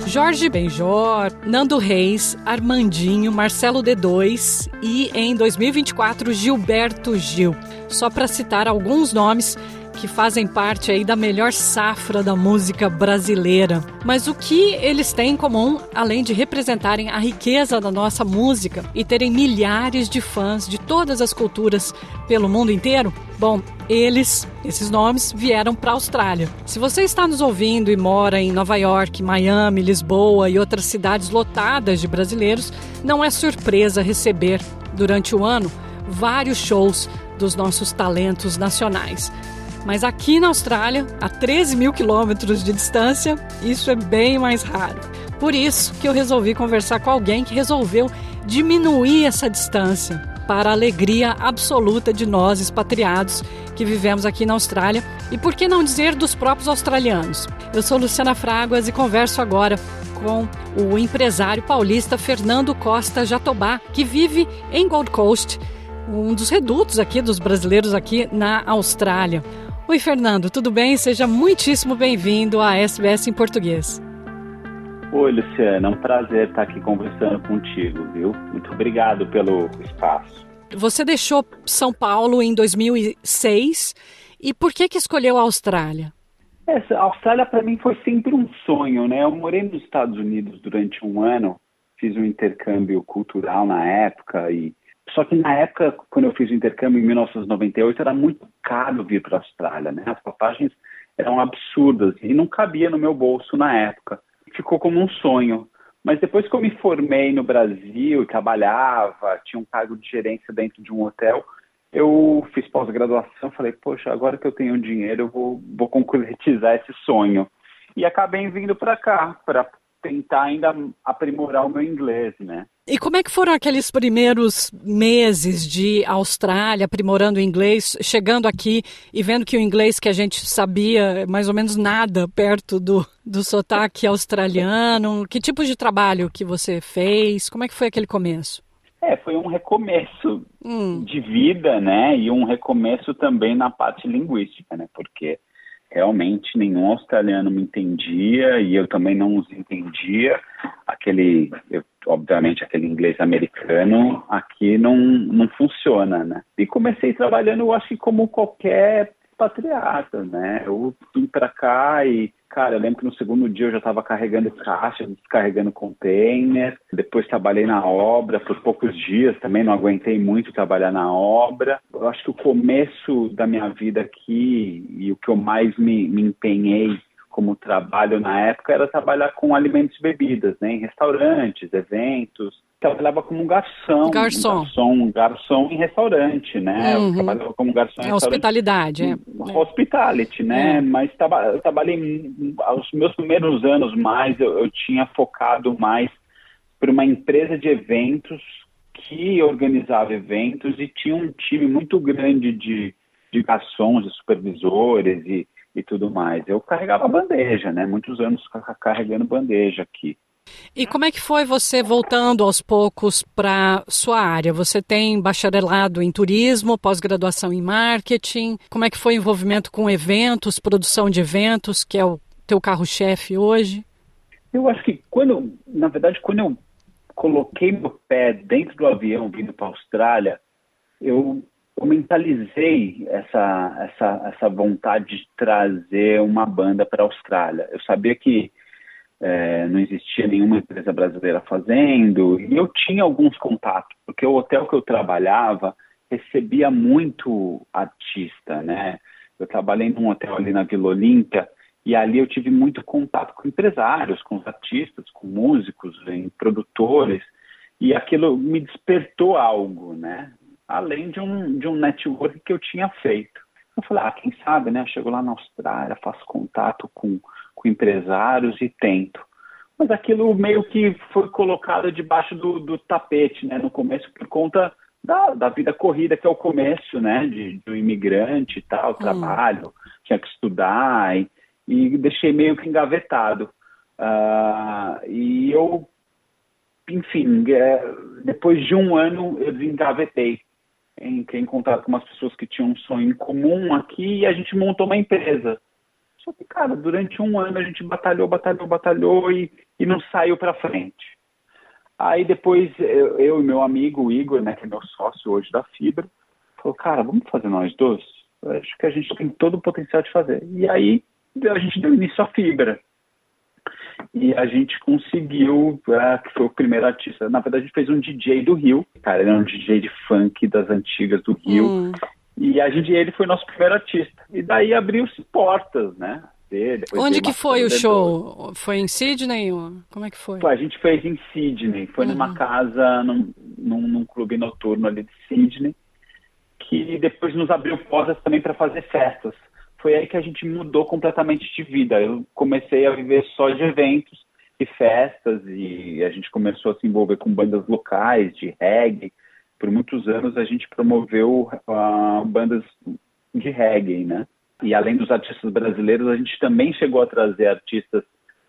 Jorge Benjor, Nando Reis, Armandinho, Marcelo D2 e, em 2024, Gilberto Gil. Só para citar alguns nomes que fazem parte aí da melhor safra da música brasileira. Mas o que eles têm em comum, além de representarem a riqueza da nossa música e terem milhares de fãs de todas as culturas pelo mundo inteiro? Bom, esses nomes, vieram para a Austrália. Se você está nos ouvindo e mora em Nova York, Miami, Lisboa e outras cidades lotadas de brasileiros, não é surpresa receber, durante o ano, vários shows dos nossos talentos nacionais. Mas aqui na Austrália, a 13 mil quilômetros de distância, isso é bem mais raro. Por isso que eu resolvi conversar com alguém que resolveu diminuir essa distância para a alegria absoluta de nós expatriados que vivemos aqui na Austrália e, por que não dizer, dos próprios australianos. Eu sou Luciana Fraguas e converso agora com o empresário paulista Fernando Costa Jatobá, que vive em Gold Coast, um dos redutos aqui dos brasileiros aqui na Austrália. Oi, Fernando, tudo bem? Seja muitíssimo bem-vindo à SBS em português. Oi, Luciana, é um prazer estar aqui conversando contigo, viu? Muito obrigado pelo espaço. Você deixou São Paulo em 2006 e por que escolheu a Austrália? A Austrália para mim foi sempre um sonho, né? Eu morei nos Estados Unidos durante um ano, fiz um intercâmbio cultural na época só que na época, quando eu fiz o intercâmbio em 1998, era muito caro vir para a Austrália, né? As passagens eram absurdas e não cabia no meu bolso na época. Ficou como um sonho. Mas depois que eu me formei no Brasil, trabalhava, tinha um cargo de gerência dentro de um hotel, eu fiz pós-graduação, falei, poxa, agora que eu tenho dinheiro, eu vou concretizar esse sonho. E acabei vindo para cá, para tentar ainda aprimorar o meu inglês, né? E como é que foram aqueles primeiros meses de Austrália, aprimorando o inglês, chegando aqui e vendo que o inglês que a gente sabia mais ou menos nada perto do sotaque australiano? Que tipo de trabalho que você fez? Como é que foi aquele começo? Foi um recomeço de vida, né? E um recomeço também na parte linguística, né? Porque realmente nenhum australiano me entendia e eu também não os entendia. Obviamente, aquele inglês americano aqui não funciona, né? E comecei trabalhando, eu acho que como qualquer expatriado, né? Eu vim para cá e, cara, eu lembro que no segundo dia eu já estava carregando caixa, descarregando container. Depois trabalhei na obra por poucos dias, também não aguentei muito trabalhar na obra. Eu acho que o começo da minha vida aqui e o que eu mais me empenhei como trabalho na época era trabalhar com alimentos e bebidas, né? Em restaurantes, eventos. Trabalhava como garçom em restaurante, né? Uhum. Eu trabalhava como garçom em restaurante. Hospitalidade, Hospitality, né? Mas eu trabalhei, aos meus primeiros anos mais, eu tinha focado mais para uma empresa de eventos que organizava eventos e tinha um time muito grande de garçons, de supervisores e tudo mais. Eu carregava bandeja, né? Muitos anos carregando bandeja aqui. E como é que foi você voltando aos poucos para sua área? Você tem bacharelado em turismo, pós-graduação em marketing. Como é que foi o envolvimento com eventos, produção de eventos, que é o teu carro-chefe hoje? Eu acho que quando eu coloquei meu pé dentro do avião vindo para a Austrália, eu mentalizei essa vontade de trazer uma banda para a Austrália. Eu sabia que não existia nenhuma empresa brasileira fazendo, e eu tinha alguns contatos, porque o hotel que eu trabalhava recebia muito artista, né? Eu trabalhei num hotel ali na Vila Olímpia, e ali eu tive muito contato com empresários, com os artistas, com músicos, produtores, e aquilo me despertou algo, né? Além de um network que eu tinha feito. Eu falei, quem sabe, né? Eu chego lá na Austrália, faço contato com empresários e tento. Mas aquilo meio que foi colocado debaixo do tapete, né? No começo, por conta da vida corrida, que é o começo, né? Do imigrante e tal, trabalho, tinha que estudar e deixei meio que engavetado. E eu, enfim, depois de um ano eu desengavetei. Entrei em contato com umas pessoas que tinham um sonho em comum aqui e a gente montou uma empresa. Só que, cara, durante um ano a gente batalhou e não saiu para frente. Aí depois eu e meu amigo o Igor, né, que é meu sócio hoje da Fibra, falou, cara, vamos fazer nós dois? Eu acho que a gente tem todo o potencial de fazer. E aí a gente deu início à Fibra. E a gente conseguiu, que foi o primeiro artista. Na verdade, a gente fez um DJ do Rio. Cara, ele era um DJ de funk das antigas do Rio. E ele foi nosso primeiro artista. E daí abriu-se portas, né? Onde que foi o show? Foi em Sydney? Como é que foi? A gente fez em Sydney. Foi numa casa, num clube noturno ali de Sydney, que depois nos abriu portas também para fazer festas. Foi aí que a gente mudou completamente de vida. Eu comecei a viver só de eventos e festas, e a gente começou a se envolver com bandas locais, de reggae. Por muitos anos a gente promoveu bandas de reggae, né? E além dos artistas brasileiros, a gente também chegou a trazer artistas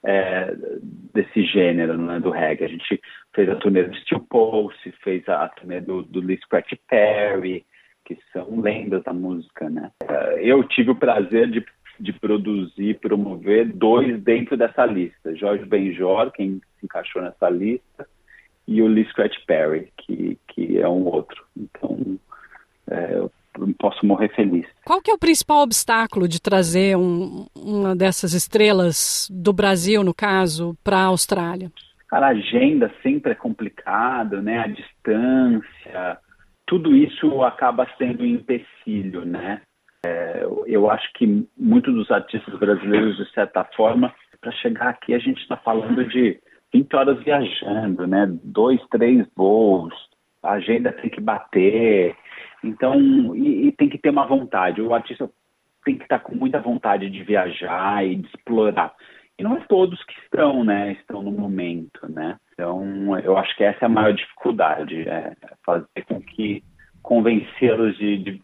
desse gênero, né, do reggae. A gente fez a turnê do Steel Pulse, fez a turnê do Lee Scratch Perry, que são lendas da música, né? Eu tive o prazer de produzir e promover 2 dentro dessa lista. Jorge Benjor, quem se encaixou nessa lista, e o Lee Scratch Perry, que é um outro. Então, eu posso morrer feliz. Qual que é o principal obstáculo de trazer uma dessas estrelas do Brasil, no caso, para a Austrália? Cara, a agenda sempre é complicada, né? A distância, tudo isso acaba sendo um empecilho, né? Eu acho que muitos dos artistas brasileiros, de certa forma, para chegar aqui a gente está falando de 20 horas viajando, né? 2, 3 voos, a agenda tem que bater, então, e tem que ter uma vontade. O artista tem que estar com muita vontade de viajar e de explorar. E não é todos que estão, né? Estão no momento, né? Então, eu acho que essa é a maior dificuldade, fazer com que convencê-los de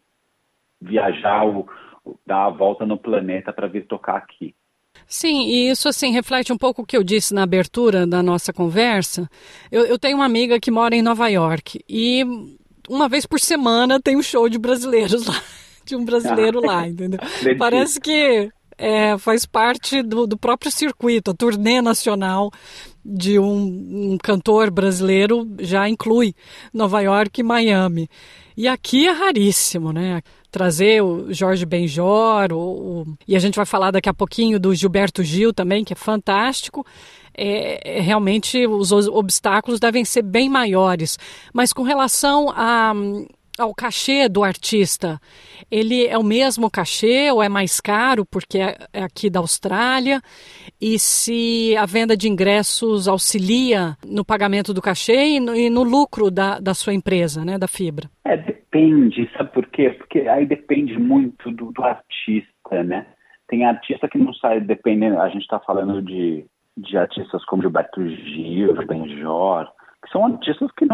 viajar ou dar a volta no planeta para vir tocar aqui. Sim, e isso assim reflete um pouco o que eu disse na abertura da nossa conversa. Eu tenho uma amiga que mora em Nova York e uma vez por semana tem um show de brasileiros lá, de um brasileiro lá, entendeu? Parece que faz parte do próprio circuito, a turnê nacional de um cantor brasileiro já inclui Nova York e Miami. E aqui é raríssimo, né? Trazer o Jorge Benjor, e a gente vai falar daqui a pouquinho do Gilberto Gil também, que é fantástico. Realmente os obstáculos devem ser bem maiores. Mas com relação ao cachê do artista, ele é o mesmo cachê ou é mais caro porque é aqui da Austrália? E se a venda de ingressos auxilia no pagamento do cachê e no lucro da sua empresa, né, da Fibra? Depende, sabe por quê? Porque aí depende muito do artista, né? Tem artista que não sai dependendo, a gente está falando de artistas como Gilberto Gil, Benjor, que são artistas que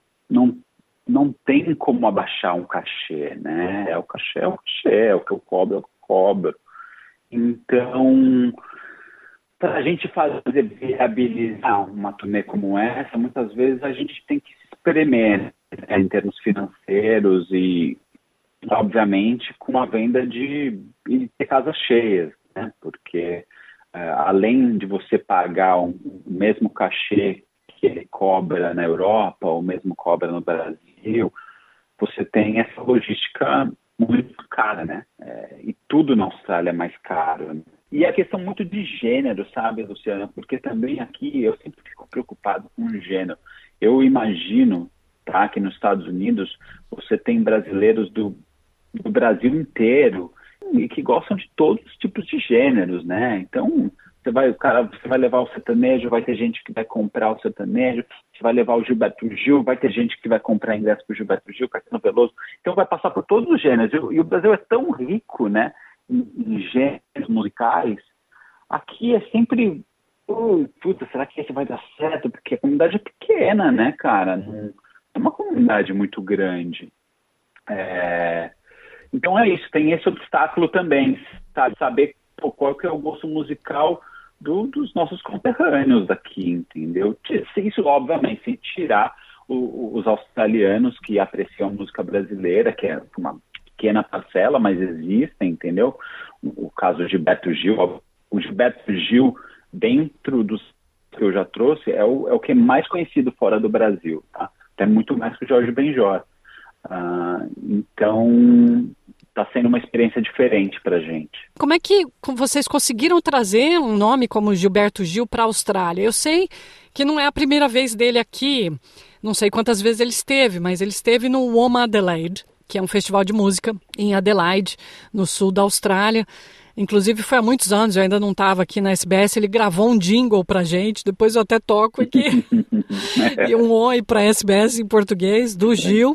não tem como abaixar um cachê, né? O cachê é o cachê, o que eu cobro. Então, para a gente viabilizar uma turnê como essa, muitas vezes a gente tem que se espremer, né, em termos financeiros e, obviamente, com a venda de ter casas cheias, né? Porque, além de você pagar o mesmo cachê que ele cobra na Europa, ou mesmo cobra no Brasil, você tem essa logística muito cara, né? E tudo na Austrália é mais caro, né? E a questão muito de gênero, sabe, Luciana? Porque também aqui eu sempre fico preocupado com o gênero. Eu imagino, tá, que nos Estados Unidos você tem brasileiros do Brasil inteiro e que gostam de todos os tipos de gêneros, né? Então, você vai levar o sertanejo, vai ter gente que vai comprar o sertanejo, você vai levar o Gilberto Gil, vai ter gente que vai comprar ingresso para o Gilberto Gil, Caetano Veloso, então vai passar por todos os gêneros, e o Brasil é tão rico, né, em gêneros musicais, aqui é sempre, será que esse vai dar certo? Porque a comunidade é pequena, né, cara, não é uma comunidade muito grande. Então é isso, tem esse obstáculo também, sabe, saber qual que é o gosto musical dos nossos conterrâneos daqui, entendeu? Isso, obviamente, sem tirar os australianos que apreciam a música brasileira, que é uma pequena parcela, mas existem, entendeu? O caso do Gilberto Gil, o Gilberto Gil, dentro dos que eu já trouxe, é o que é mais conhecido fora do Brasil, tá? Até muito mais que o Jorge Benjor. Então, está sendo uma experiência diferente para a gente. Como é que vocês conseguiram trazer um nome como Gilberto Gil para a Austrália? Eu sei que não é a primeira vez dele aqui, não sei quantas vezes ele esteve, mas ele esteve no WOMA Adelaide, que é um festival de música em Adelaide, no sul da Austrália. Inclusive foi há muitos anos, eu ainda não estava aqui na SBS, ele gravou um jingle pra gente, depois eu até toco aqui, e um oi pra SBS em português, do Gil.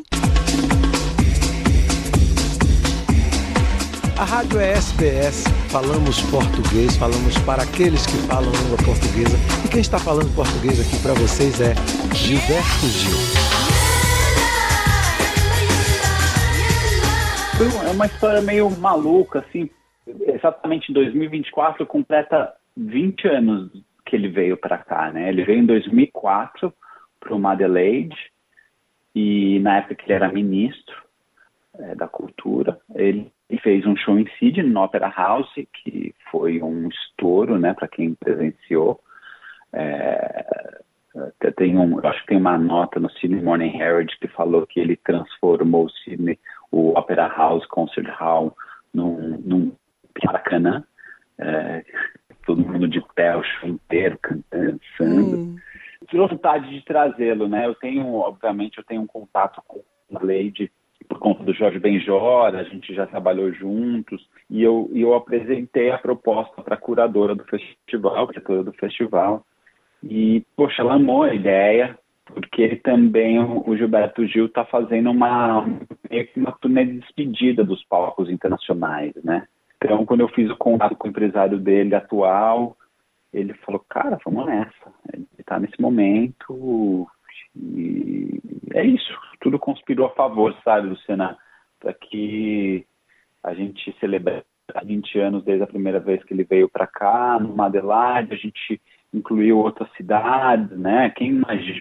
A rádio é SBS, falamos português, falamos para aqueles que falam língua portuguesa, e quem está falando português aqui para vocês é Gilberto Gil. É uma história meio maluca, assim. Exatamente em 2024 completa 20 anos que ele veio para cá, né? Ele veio em 2004 para o Adelaide e na época que ele era ministro da cultura, ele fez um show em Sydney, no Opera House, que foi um estouro, né, para quem presenciou. Eu acho que tem uma nota no Sydney Morning Herald que falou que ele transformou o Opera House Concert Hall num Maracanã, todo mundo de pé, o show inteiro, cantando, dançando. Tirou vontade de trazê-lo, né? Obviamente, eu tenho um contato com a Lady por conta do Jorge Benjor, a gente já trabalhou juntos, e eu apresentei a proposta para a curadora do festival, diretora do festival, e, poxa, ela amou a ideia, porque também o Gilberto Gil está fazendo meio que uma turnê de despedida dos palcos internacionais, né? Então, quando eu fiz o contato com o empresário dele atual, ele falou, cara, vamos nessa. Ele está nesse momento e é isso. Tudo conspirou a favor, sabe, Luciana? Para que a gente celebre 20 anos desde a primeira vez que ele veio para cá, no Adelaide, a gente incluiu outras cidades, né? Quem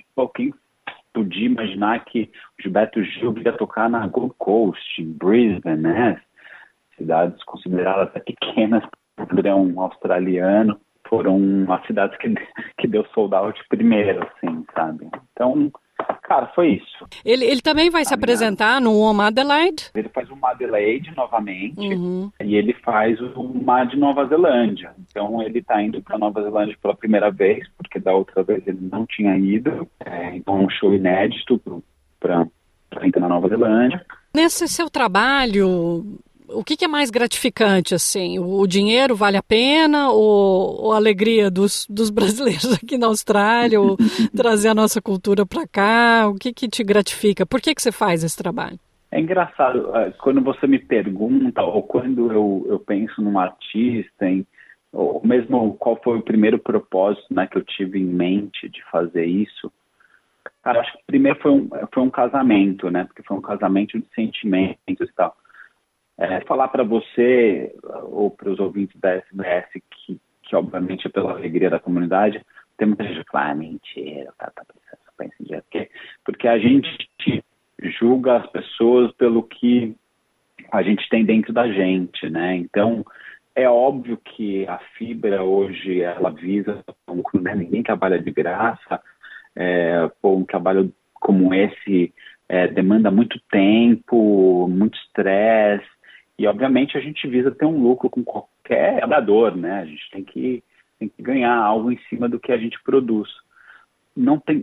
podia imaginar que o Gilberto Gil ia tocar na Gold Coast, em Brisbane, né? Cidades consideradas até pequenas para o padrão australiano, foram as cidades que deu sold out primeiro, assim, sabe? Então, cara, foi isso. Ele também vai se apresentar no WOMA Adelaide? Ele faz o Adelaide novamente, e ele faz o de Nova Zelândia. Então, ele está indo para Nova Zelândia pela primeira vez, porque da outra vez ele não tinha ido. Então, um show inédito para entrar na Nova Zelândia. Nesse seu trabalho, o que é mais gratificante, assim? O dinheiro vale a pena ou a alegria dos brasileiros aqui na Austrália, ou trazer a nossa cultura para cá? O que te gratifica? Por que você faz esse trabalho? É engraçado, quando você me pergunta, ou quando eu penso num artista, ou mesmo qual foi o primeiro propósito, né, que eu tive em mente de fazer isso, cara, acho que primeiro foi um casamento, né? Porque foi um casamento de sentimentos e tal. Falar para você ou para os ouvintes da SBS que obviamente é pela alegria da comunidade, tem muita gente que fala, mentira, tá pensando em dinheiro. Porque a gente julga as pessoas pelo que a gente tem dentro da gente, né? Então, é óbvio que a fibra hoje, ela visa, né? Ninguém trabalha de graça, um trabalho como esse demanda muito tempo, muito estresse, e obviamente a gente visa ter um lucro com qualquer trabalhador, né? A gente tem que ganhar algo em cima do que a gente produz. Não tem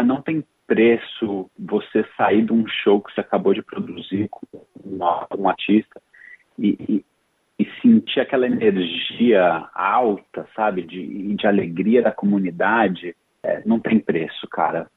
preço você sair de um show que você acabou de produzir com um artista e sentir aquela energia alta, sabe? De alegria da comunidade. Não tem preço, cara.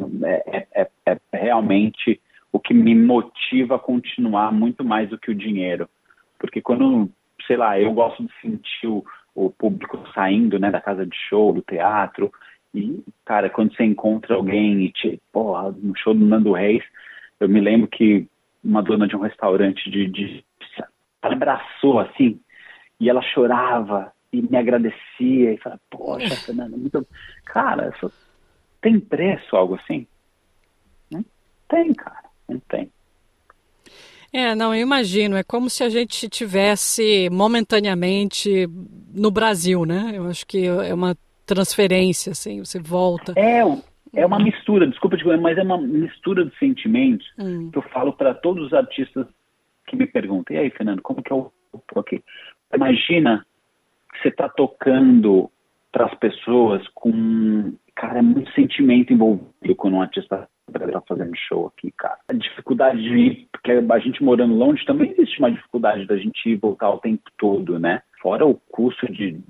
É realmente o que me motiva a continuar muito mais do que o dinheiro. Porque quando, sei lá, eu gosto de sentir o público saindo, né, da casa de show, do teatro, e, cara, quando você encontra alguém no show do Nando Reis, eu me lembro que uma dona de um restaurante ela abraçou, assim, e ela chorava e me agradecia e falava, poxa, Fernanda, muito... Cara, tem preço algo assim? Não tem, cara, não tem. Não, eu imagino. É como se a gente tivesse momentaneamente no Brasil, né? Eu acho que é uma transferência, assim, você volta. É uma mistura, desculpa te dizer, mas é uma mistura de sentimentos que eu falo para todos os artistas que me perguntam. E aí, Fernando, como que eu tô aqui? Imagina que você está tocando para as pessoas com... Cara, é muito sentimento envolvido quando um artista está fazendo show aqui, cara. A dificuldade de ir, porque a gente morando longe também existe uma dificuldade da gente ir e voltar o tempo todo, né? Fora o custo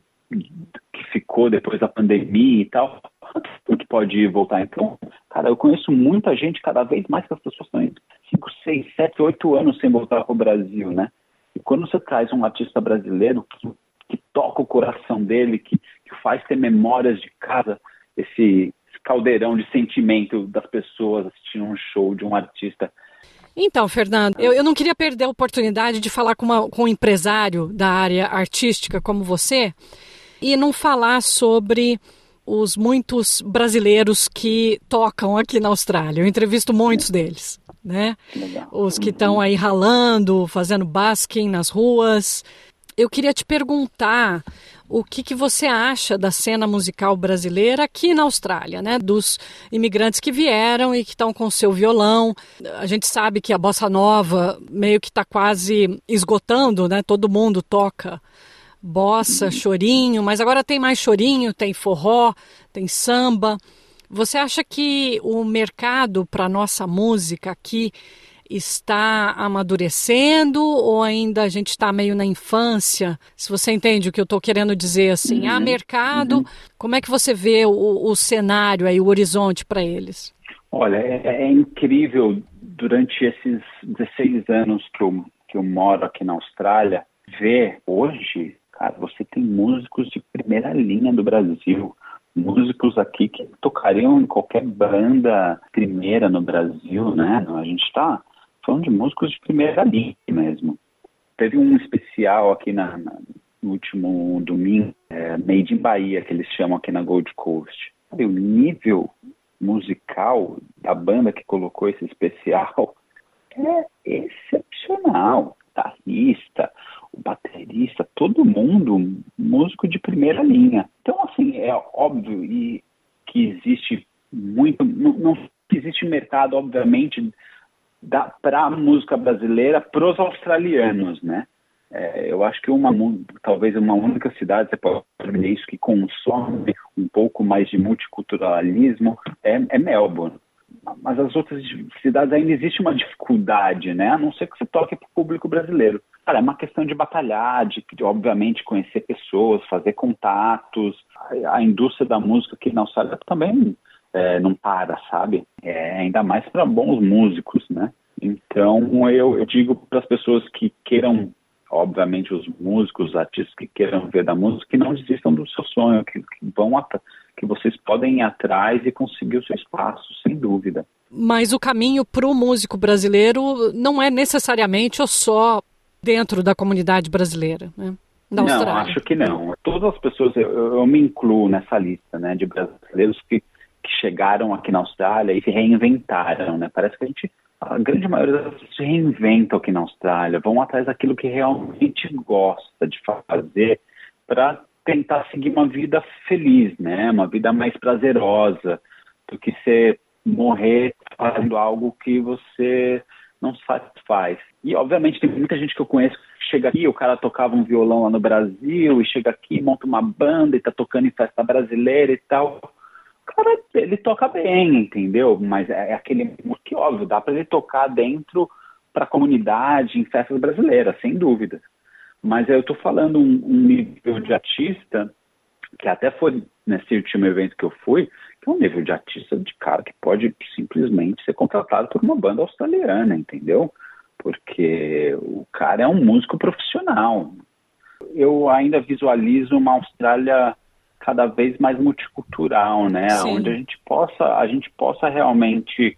que ficou depois da pandemia e tal, que pode ir e voltar. Então, cara, eu conheço muita gente, cada vez mais que as pessoas estão indo 5, 6, 7, 8 anos sem voltar para o Brasil, né? E quando você traz um artista brasileiro que toca o coração dele, que faz ter memórias de casa, esse caldeirão de sentimento das pessoas assistindo um show de um artista. Então, Fernando, eu não queria perder a oportunidade de falar com um empresário da área artística como você e não falar sobre os muitos brasileiros que tocam aqui na Austrália. Eu entrevisto muitos deles, né? Os que estão aí ralando, fazendo busking nas ruas. Eu queria te perguntar o que você acha da cena musical brasileira aqui na Austrália, né? Dos imigrantes que vieram e que estão com seu violão. A gente sabe que a bossa nova meio que está quase esgotando, né? Todo mundo toca bossa, chorinho, mas agora tem mais chorinho, tem forró, tem samba. Você acha que o mercado para a nossa música aqui está amadurecendo ou ainda a gente está meio na infância? Se você entende o que eu estou querendo dizer, assim, mercado, como é que você vê o cenário aí, o horizonte para eles? Olha, é incrível, durante esses 16 anos que eu moro aqui na Austrália, ver hoje, cara, você tem músicos de primeira linha do Brasil, músicos aqui que tocariam em qualquer banda primeira no Brasil, né? A gente está falando de músicos de primeira linha mesmo. Teve um especial aqui no último domingo, Made in Bahia, que eles chamam aqui na Gold Coast. O nível musical da banda que colocou esse especial é excepcional. O guitarrista, o baterista, todo mundo músico de primeira linha. Então, assim, é óbvio que existe muito... Não existe mercado, obviamente, para a música brasileira, para os australianos, né? Eu acho que talvez uma única cidade, você pode ver isso, que consome um pouco mais de multiculturalismo, é Melbourne. Mas as outras cidades ainda existe uma dificuldade, né? A não ser que você toque para o público brasileiro. Cara, é uma questão de batalhar, de obviamente conhecer pessoas, fazer contatos. A indústria da música aqui na Austrália também não para, sabe? Ainda mais para bons músicos, né? Então eu digo para as pessoas que queiram, obviamente os músicos, os artistas que queiram ver da música, que não desistam do seu sonho, que vocês podem ir atrás e conseguir o seu espaço, sem dúvida. Mas o caminho para o músico brasileiro não é necessariamente ou só dentro da comunidade brasileira, né? Da Austrália. Não, acho que não. Todas as pessoas, eu me incluo nessa lista, né, de brasileiros que chegaram aqui na Austrália e se reinventaram, né? Parece que a grande maioria das pessoas se reinventam aqui na Austrália, vão atrás daquilo que realmente gosta de fazer para tentar seguir uma vida feliz, né? Uma vida mais prazerosa do que você morrer fazendo algo que você não satisfaz. E, obviamente, tem muita gente que eu conheço que chega aqui, o cara tocava um violão lá no Brasil e chega aqui, monta uma banda e tá tocando em festa brasileira e tal. O cara, ele toca bem, entendeu? Mas é aquele que, óbvio, dá para ele tocar dentro para a comunidade, em festas brasileiras, sem dúvida. Mas eu estou falando um nível de artista, que até foi nesse último evento que eu fui, que é um nível de artista de cara que pode simplesmente ser contratado por uma banda australiana, entendeu? Porque o cara é um músico profissional. Eu ainda visualizo uma Austrália cada vez mais multicultural, né? Sim. Onde a gente possa realmente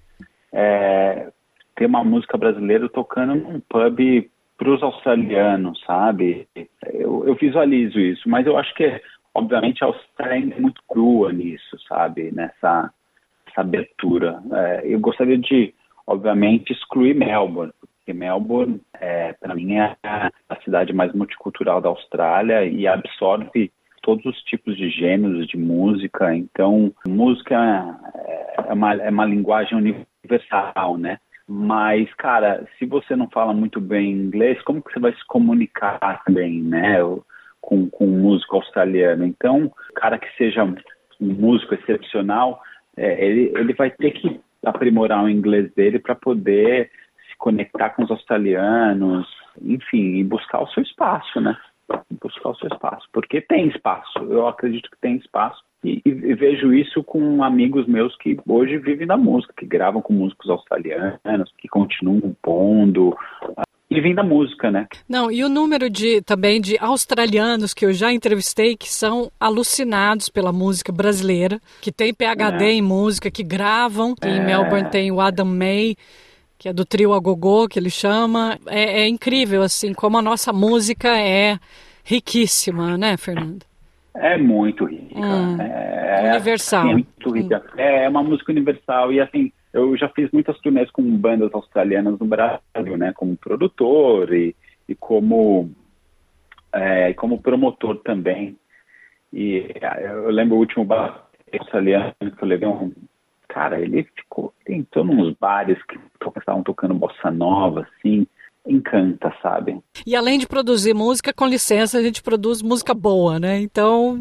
ter uma música brasileira tocando num pub para os australianos, sabe? Eu visualizo isso, mas eu acho que, obviamente, a Austrália ainda é muito crua nisso, sabe? Nessa abertura. Eu gostaria de, obviamente, excluir Melbourne, Melbourne, para mim, é a cidade mais multicultural da Austrália e absorve todos os tipos de gêneros de música. Então, música é uma linguagem universal, né? Mas, cara, se você não fala muito bem inglês, como que você vai se comunicar bem, né, com um músico australiano? Então, o cara que seja um músico excepcional, ele vai ter que aprimorar o inglês dele para poder se conectar com os australianos, enfim, e buscar o seu espaço, né? Buscar o seu espaço, porque tem espaço, eu acredito que tem espaço, e vejo isso com amigos meus que hoje vivem da música, que gravam com músicos australianos, que continuam compondo, e vêm da música, né? Não, e o número também de australianos que eu já entrevistei que são alucinados pela música brasileira, que tem PhD em música, que gravam. Em Melbourne tem o Adam May, que é do trio A Gogô, que ele chama. É incrível, assim, como a nossa música é riquíssima, né, Fernando? É muito rica. Universal. Assim, é muito rica. É uma música universal e, assim, eu já fiz muitas turnês com bandas australianas no Brasil, né, como produtor e como promotor também. E eu lembro o último bar australiano que eu levei Cara, ele entrou nos bares que estavam tocando bossa nova, assim, encanta, sabe? E além de produzir música, com licença, a gente produz música boa, né? Então...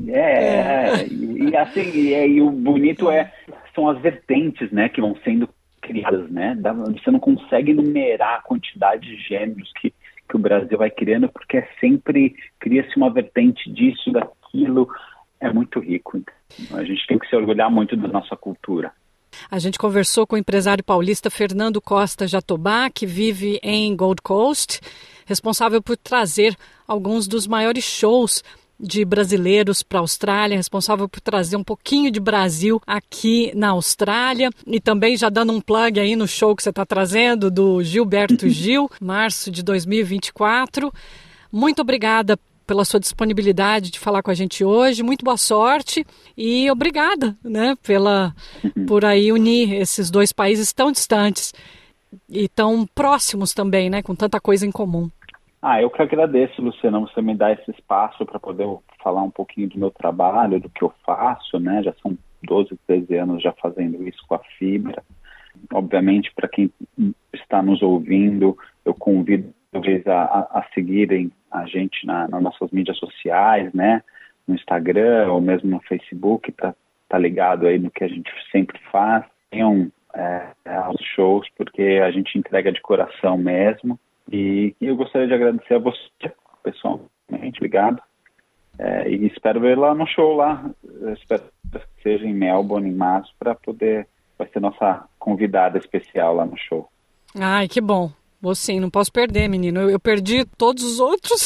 E assim, e o bonito são as vertentes, né, que vão sendo criadas, né? Você não consegue enumerar a quantidade de gêneros que o Brasil vai criando, porque sempre cria-se uma vertente disso, daquilo. É muito rico. Então, a gente tem que se orgulhar muito da nossa cultura. A gente conversou com o empresário paulista Fernando Costa Jatobá, que vive em Gold Coast, responsável por trazer alguns dos maiores shows de brasileiros para a Austrália, responsável por trazer um pouquinho de Brasil aqui na Austrália, e também já dando um plug aí no show que você está trazendo do Gilberto Gil, março de 2024. Muito obrigada pela sua disponibilidade de falar com a gente hoje, muito boa sorte e obrigada, né, por aí unir esses dois países tão distantes e tão próximos também, né, com tanta coisa em comum. Eu que agradeço, Luciana, você me dar esse espaço para poder falar um pouquinho do meu trabalho, do que eu faço, né, já são 12, 13 anos já fazendo isso com a Fibra. Obviamente, para quem está nos ouvindo, eu convido talvez a seguirem a gente nas nossas mídias sociais, né, no Instagram ou mesmo no Facebook, para estar ligado aí no que a gente sempre faz. Tenham os shows, porque a gente entrega de coração mesmo. E eu gostaria de agradecer a você, pessoalmente, obrigado. E espero ver lá no show lá. Eu espero que seja em Melbourne, em março, vai ser nossa convidada especial lá no show. Ai, que bom. Vou sim, não posso perder, menino. Eu perdi todos os outros.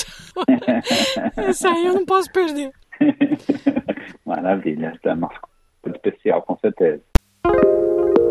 Esse aí eu não posso perder. Maravilha. É nosso especial, com certeza.